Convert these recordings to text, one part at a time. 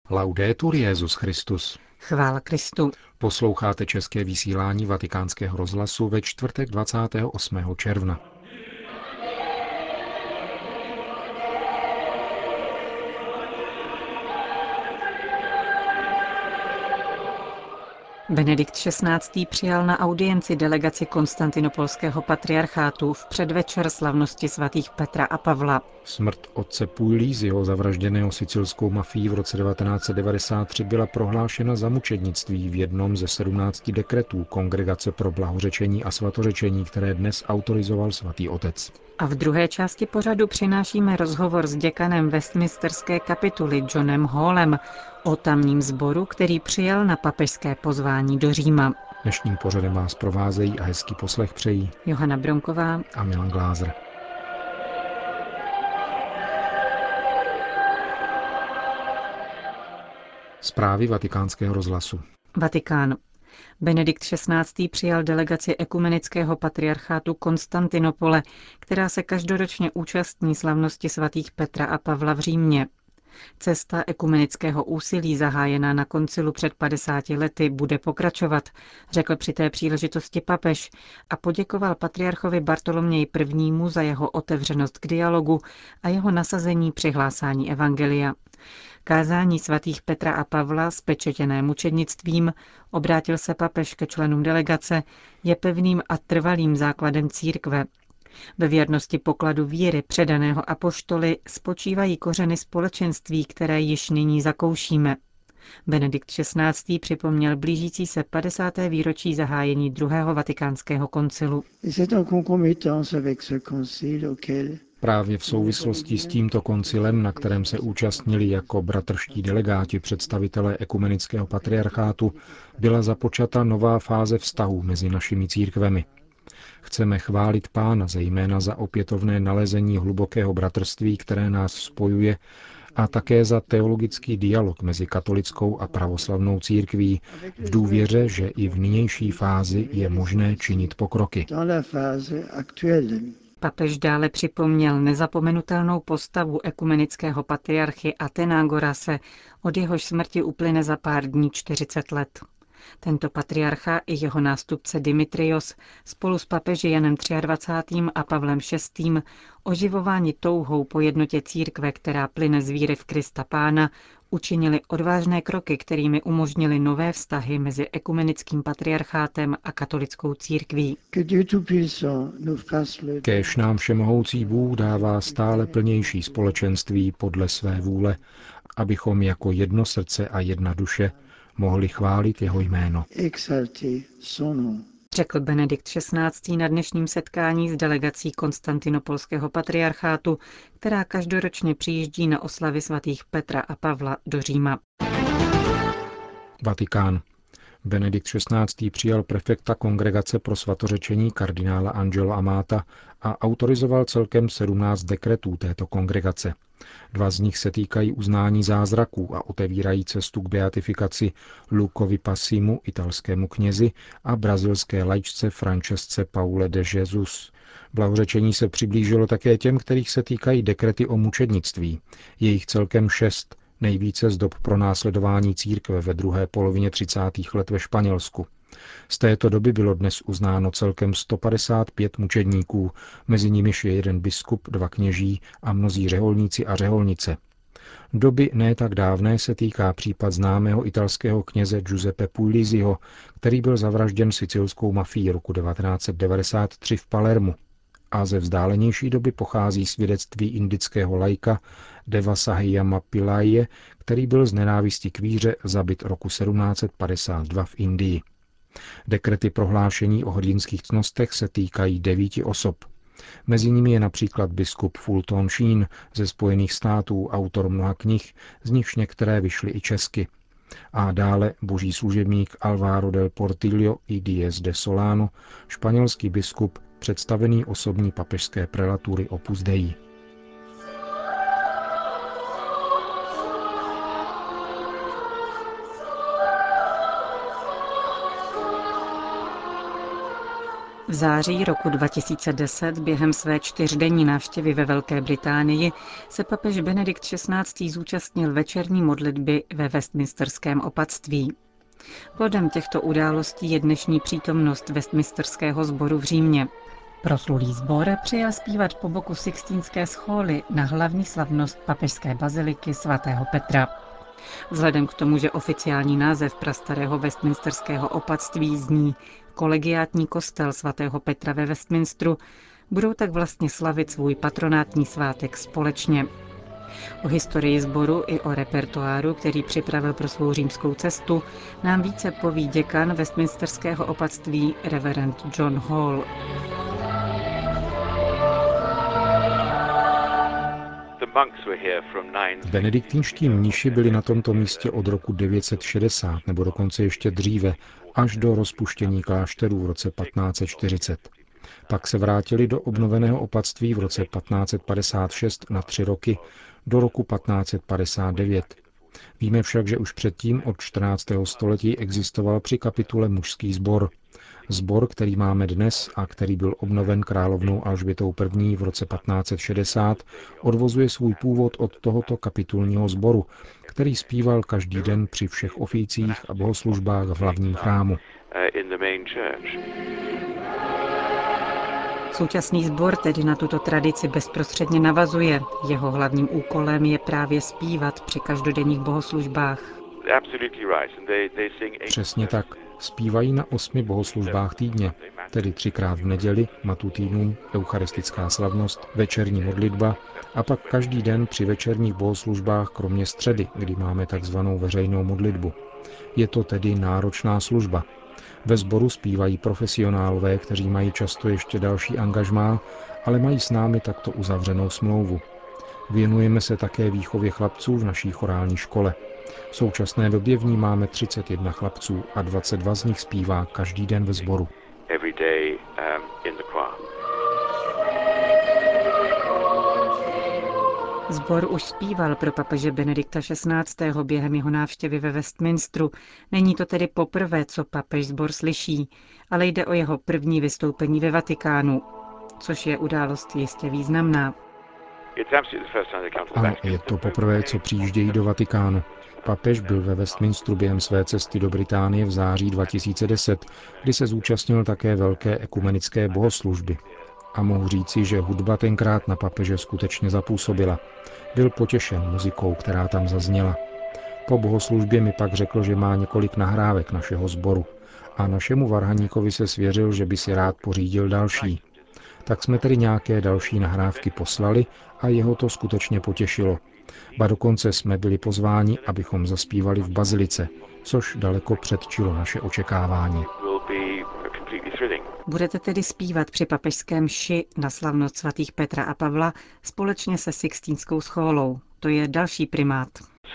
Laudetur Jesus Christus. Chvála Kristu. Posloucháte české vysílání Vatikánského rozhlasu ve čtvrtek 28. června. Benedikt XVI. Přijal na audienci delegaci konstantinopolského patriarchátu v předvečer slavnosti svatých Petra a Pavla. Smrt otce Puglisiho, zavražděného sicilskou mafií v roce 1993, byla prohlášena za mučednictví v jednom ze 17 dekretů Kongregace pro blahořečení a svatořečení, které dnes autorizoval svatý otec. A v druhé části pořadu přinášíme rozhovor s děkanem Westminsterské kapituly Johnem Hallem o tamním sboru, který přijal na papežské pozvání do Říma. Dnešním pořadem vás provázejí a hezký poslech přejí Johana Bronková a Milan Glázer. Zprávy Vatikánského rozhlasu. Vatikán. Benedikt XVI. Přijal delegaci ekumenického patriarchátu Konstantinopole, která se každoročně účastní slavnosti svatých Petra a Pavla v Římě. Cesta ekumenického úsilí zahájená na koncilu před 50 lety bude pokračovat, řekl při té příležitosti papež a poděkoval patriarchovi Bartoloměji I. za jeho otevřenost k dialogu a jeho nasazení při hlásání evangelia. Kázání svatých Petra a Pavla, spečetěné mučednictvím, obrátil se papež ke členům delegace, je pevným a trvalým základem církve. Ve věrnosti pokladu víry předaného apoštoly spočívají kořeny společenství, které již nyní zakoušíme. Benedikt XVI. Připomněl blížící se 50. výročí zahájení druhého vatikánského koncilu. Právě v souvislosti s tímto koncilem, na kterém se účastnili jako bratrští delegáti představitelé ekumenického patriarchátu, byla započata nová fáze vztahů mezi našimi církvemi. Chceme chválit Pána zejména za opětovné nalezení hlubokého bratrství, které nás spojuje, a také za teologický dialog mezi katolickou a pravoslavnou církví v důvěře, že i v nynější fázi je možné činit pokroky. Papež dále připomněl nezapomenutelnou postavu ekumenického patriarchy Athenágorase, od jehož smrti uplyne za pár dní 40 let. Tento patriarcha i jeho nástupce Dimitrios spolu s papeži Janem 23. a Pavlem VI. Oživováni touhou po jednotě církve, která plyne z víry v Krista Pána, učinili odvážné kroky, kterými umožnili nové vztahy mezi ekumenickým patriarchátem a katolickou církví. Kéž nám všemohoucí Bůh dává stále plnější společenství podle své vůle, abychom jako jedno srdce a jedna duše mohli chválit jeho jméno. Řekl Benedikt XVI. Na dnešním setkání s delegací konstantinopolského patriarchátu, která každoročně přijíždí na oslavy svatých Petra a Pavla do Říma. Vatikán. Benedikt XVI. Přijal prefekta Kongregace pro svatořečení kardinála Angelo Amata a autorizoval celkem 17 dekretů této kongregace. 2 z nich se týkají uznání zázraků a otevírají cestu k beatifikaci Lucovi Passimu, italskému knězi, a brazilské laičce Francesce Paule de Jesus. Blahořečení se přiblížilo také těm, kterých se týkají dekrety o mučednictví. Je jich celkem 6, nejvíce z dob pronásledování církve ve druhé polovině 30. let ve Španělsku. Z této doby bylo dnes uznáno celkem 155 mučedníků, mezi nimiž je 1 biskup, 2 kněží a mnozí řeholníci a řeholnice. Doby ne tak dávné se týká případ známého italského kněze Giuseppe Puglisiho, který byl zavražděn sicilskou mafií roku 1993 v Palermu. A ze vzdálenější doby pochází svědectví indického laika Deva Sahayama Pillaie, který byl z nenávisti k víře zabit roku 1752 v Indii. Dekrety prohlášení o hrdinských ctnostech se týkají 9 osob. Mezi nimi je například biskup Fulton Sheen ze Spojených států, autor mnoha knih, z nichž některé vyšly i česky. A dále boží služebník Alvaro del Portillo y Díez de Solano, španělský biskup, představený osobní papežské prelatury Opus Dei. V září roku 2010 během své 4denní návštěvy ve Velké Británii se papež Benedikt XVI. Zúčastnil večerní modlitby ve Westminsterském opatství. Plodem těchto událostí je dnešní přítomnost Westminsterského sboru v Římě. Proslulý sbor přijel zpívat po boku Sixtínské schóly na hlavní slavnost papežské baziliky svatého Petra. Vzhledem k tomu, že oficiální název prastarého Westminsterského opatství zní Kolegiátní kostel svatého Petra ve Westminsteru, budou tak vlastně slavit svůj patronátní svátek společně. O historii sboru i o repertoáru, který připravil pro svou římskou cestu, nám více poví děkan Westminsterského opatství reverend John Hall. Benediktínští mniši byli na tomto místě od roku 960, nebo dokonce ještě dříve, až do rozpuštění klášterů v roce 1540. Pak se vrátili do obnoveného opatství v roce 1556 na 3 roky do roku 1559. Víme však, že už předtím od 14. století existoval při kapitule mužský sbor. Sbor, který máme dnes a který byl obnoven královnou Alžbětou I. v roce 1560, odvozuje svůj původ od tohoto kapitulního sboru, který zpíval každý den při všech oficích a bohoslužbách v hlavním chrámu. Současný sbor tedy na tuto tradici bezprostředně navazuje. Jeho hlavním úkolem je právě zpívat při každodenních bohoslužbách. Přesně tak. Zpívají na 8 bohoslužbách týdně, tedy 3krát v neděli, matutínum, eucharistická slavnost, večerní modlitba a pak každý den při večerních bohoslužbách kromě středy, kdy máme takzvanou veřejnou modlitbu. Je to tedy náročná služba. Ve sboru zpívají profesionálové, kteří mají často ještě další angažmá, ale mají s námi takto uzavřenou smlouvu. Věnujeme se také výchově chlapců v naší chorální škole. V současné době v ní máme 31 chlapců a 22 z nich zpívá každý den ve sboru. Sbor už zpíval pro papeže Benedikta XVI. Během jeho návštěvy ve Westminsteru. Není to tedy poprvé, co papež sbor slyší, ale jde o jeho první vystoupení ve Vatikánu, což je událost jistě významná. Ano, je to poprvé, co přijíždějí do Vatikánu. Papež byl ve Westminsteru během své cesty do Británie v září 2010, kdy se zúčastnil také velké ekumenické bohoslužby. A mohu říci, že hudba tenkrát na papeže skutečně zapůsobila. Byl potěšen muzikou, která tam zazněla. Po bohoslužbě mi pak řekl, že má několik nahrávek našeho sboru a našemu varhaníkovi se svěřil, že by si rád pořídil další. Tak jsme tedy nějaké další nahrávky poslali a jeho to skutečně potěšilo. Ba dokonce jsme byli pozváni, abychom zaspívali v bazilice, což daleko předčilo naše očekávání. Budete tedy zpívat při papežském mši na slavnost svatých Petra a Pavla společně se Sixtínskou schólou. To je další primát.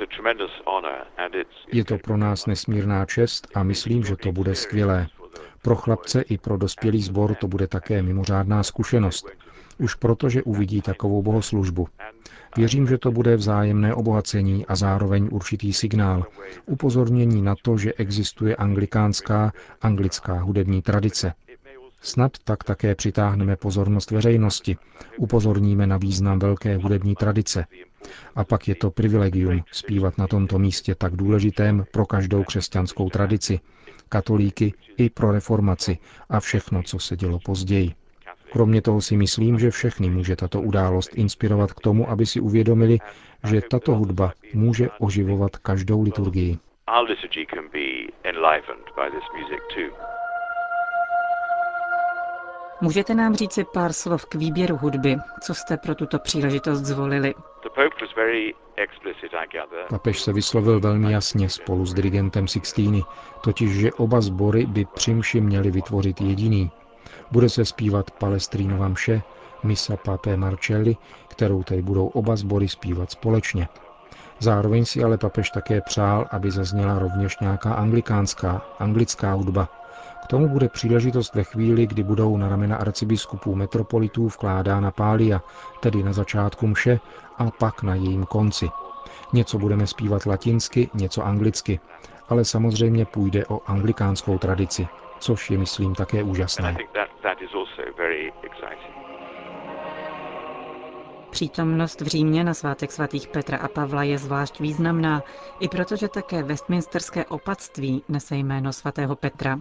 Je to pro nás nesmírná čest a myslím, že to bude skvělé. Pro chlapce i pro dospělý sbor to bude také mimořádná zkušenost. Už proto, že uvidí takovou bohoslužbu. Věřím, že to bude vzájemné obohacení a zároveň určitý signál, upozornění na to, že existuje anglická hudební tradice. Snad tak také přitáhneme pozornost veřejnosti, upozorníme na význam velké hudební tradice. A pak je to privilegium zpívat na tomto místě tak důležitém pro každou křesťanskou tradici, katolíky i pro reformaci a všechno, co se dělo později. Kromě toho si myslím, že všechny může tato událost inspirovat k tomu, aby si uvědomili, že tato hudba může oživovat každou liturgii. Můžete nám říci pár slov k výběru hudby? Co jste pro tuto příležitost zvolili? Papež se vyslovil velmi jasně spolu s dirigentem Sixtíny, totiž, že oba sbory by při mši měli vytvořit jediný. Bude se zpívat Palestrínova mše, Missa Papae Marcelli, kterou tedy budou oba sbory zpívat společně. Zároveň si ale papež také přál, aby zazněla rovněž nějaká anglická hudba. K tomu bude příležitost ve chvíli, kdy budou na ramena arcibiskupů metropolitů vkládána pália, tedy na začátku mše a pak na jejím konci. Něco budeme zpívat latinsky, něco anglicky, ale samozřejmě půjde o anglikánskou tradici. což je, myslím, také úžasné. Přítomnost v Římě na svátek svatých Petra a Pavla je zvlášť významná, i protože také westminsterské opatství nese jméno svatého Petra.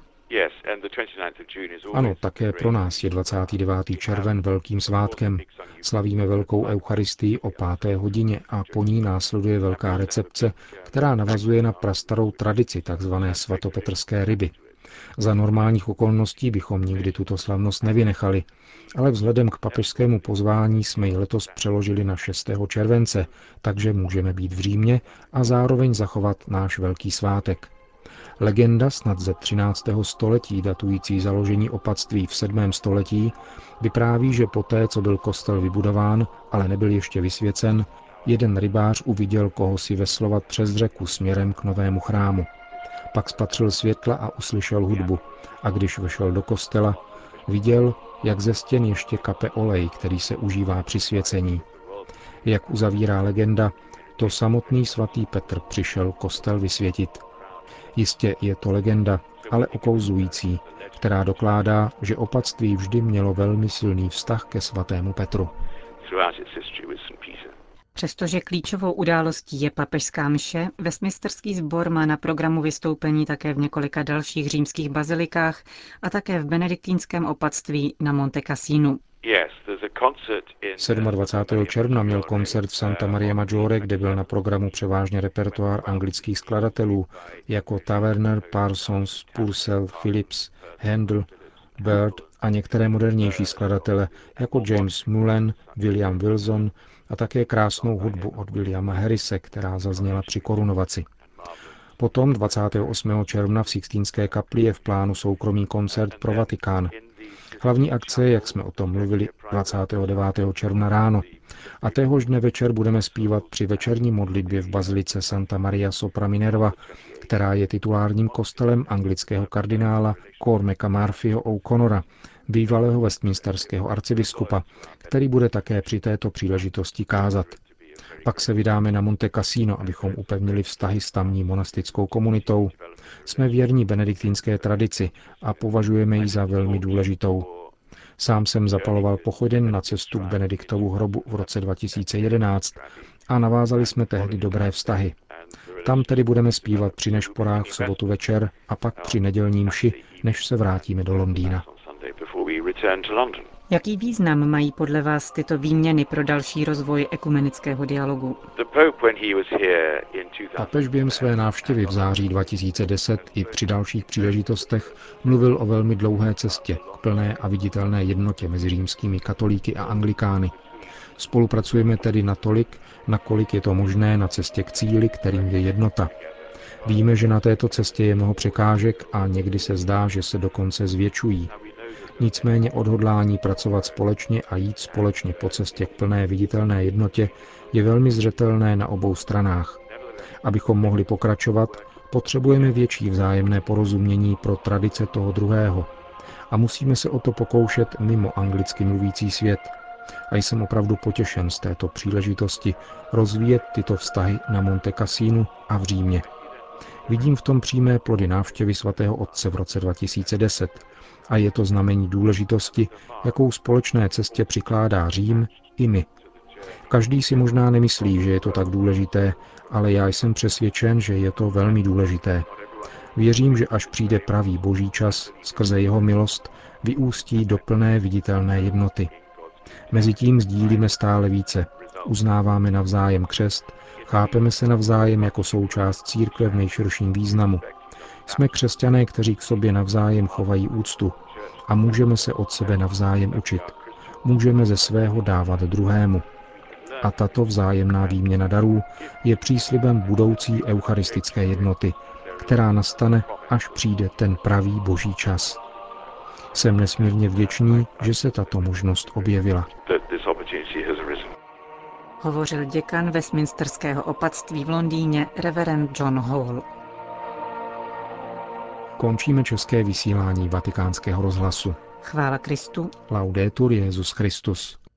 Ano, také pro nás je 29. červen velkým svátkem. Slavíme velkou eucharistii o 5. hodině a po ní následuje velká recepce, která navazuje na prastarou tradici tzv. Svatopetrské ryby. Za normálních okolností bychom nikdy tuto slavnost nevynechali, ale vzhledem k papežskému pozvání jsme ji letos přeložili na 6. července, takže můžeme být v Římě a zároveň zachovat náš velký svátek. Legenda snad ze 13. století datující založení opatství v 7. století vypráví, že poté, co byl kostel vybudován, ale nebyl ještě vysvěcen, jeden rybář uviděl kohosi veslovat přes řeku směrem k novému chrámu. Pak spatřil světla a uslyšel hudbu a když vešel do kostela, viděl, jak ze stěn ještě kape olej, který se užívá při svěcení. Jak uzavírá legenda, to samotný svatý Petr přišel kostel vysvětit. Jistě je to legenda, ale okouzlující, která dokládá, že opatství vždy mělo velmi silný vztah ke svatému Petru. Přestože klíčovou událostí je papežská mše, westminsterský sbor má na programu vystoupení také v několika dalších římských bazilikách a také v benediktínském opatství na Monte Cassinu. 27. června měl koncert v Santa Maria Maggiore, kde byl na programu převážně repertoár anglických skladatelů jako Taverner, Parsons, Purcell, Phillips, Handel, Bird a některé modernější skladatele jako James Mullen, William Wilson a také krásnou hudbu od Williama Harrise, která zazněla při korunovaci. Potom 28. června v Sixtínské kapli je v plánu soukromý koncert pro Vatikán. Hlavní akce, jak jsme o tom mluvili, 29. června ráno. A téhož dne večer budeme zpívat při večerní modlitbě v bazilice Santa Maria sopra Minerva, která je titulárním kostelem anglického kardinála Cormaca Murphyho O'Connora, bývalého westminsterského arcibiskupa, který bude také při této příležitosti kázat. Pak se vydáme na Monte Cassino, abychom upevnili vztahy s tamní monastickou komunitou. Jsme věrní benediktínské tradici a považujeme ji za velmi důležitou. Sám jsem zapaloval pochoden na cestu k Benediktovu hrobu v roce 2011 a navázali jsme tehdy dobré vztahy. Tam tedy budeme zpívat při nešporách v sobotu večer a pak při nedělní mši, než se vrátíme do Londýna. Jaký význam mají podle vás tyto výměny pro další rozvoj ekumenického dialogu? Papež během své návštěvy v září 2010 i při dalších příležitostech mluvil o velmi dlouhé cestě k plné a viditelné jednotě mezi římskými katolíky a anglikány. Spolupracujeme tedy natolik, nakolik je to možné na cestě k cíli, kterým je jednota. Víme, že na této cestě je mnoho překážek a někdy se zdá, že se dokonce zvětšují. Nicméně odhodlání pracovat společně a jít společně po cestě k plné viditelné jednotě je velmi zřetelné na obou stranách. Abychom mohli pokračovat, potřebujeme větší vzájemné porozumění pro tradice toho druhého. A musíme se o to pokoušet mimo anglicky mluvící svět. A jsem opravdu potěšen z této příležitosti rozvíjet tyto vztahy na Monte Cassinu a v Římě. Vidím v tom přímé plody návštěvy svatého otce v roce 2010 a je to znamení důležitosti, jakou společné cestě přikládá Řím i my. Každý si možná nemyslí, že je to tak důležité, ale já jsem přesvědčen, že je to velmi důležité. Věřím, že až přijde pravý boží čas, skrze jeho milost, vyústí do plné viditelné jednoty. Mezitím sdílíme stále více, uznáváme navzájem křest, chápeme se navzájem jako součást církve v nejširším významu. Jsme křesťané, kteří k sobě navzájem chovají úctu a můžeme se od sebe navzájem učit. Můžeme ze svého dávat druhému. A tato vzájemná výměna darů je příslibem budoucí eucharistické jednoty, která nastane, až přijde ten pravý boží čas. Jsem nesmírně vděčný, že se tato možnost objevila. Hovořil děkan westminsterského opatství v Londýně reverend John Hall. Končíme české vysílání Vatikánského rozhlasu. Chvála Kristu. Laudetur Jesus Christus.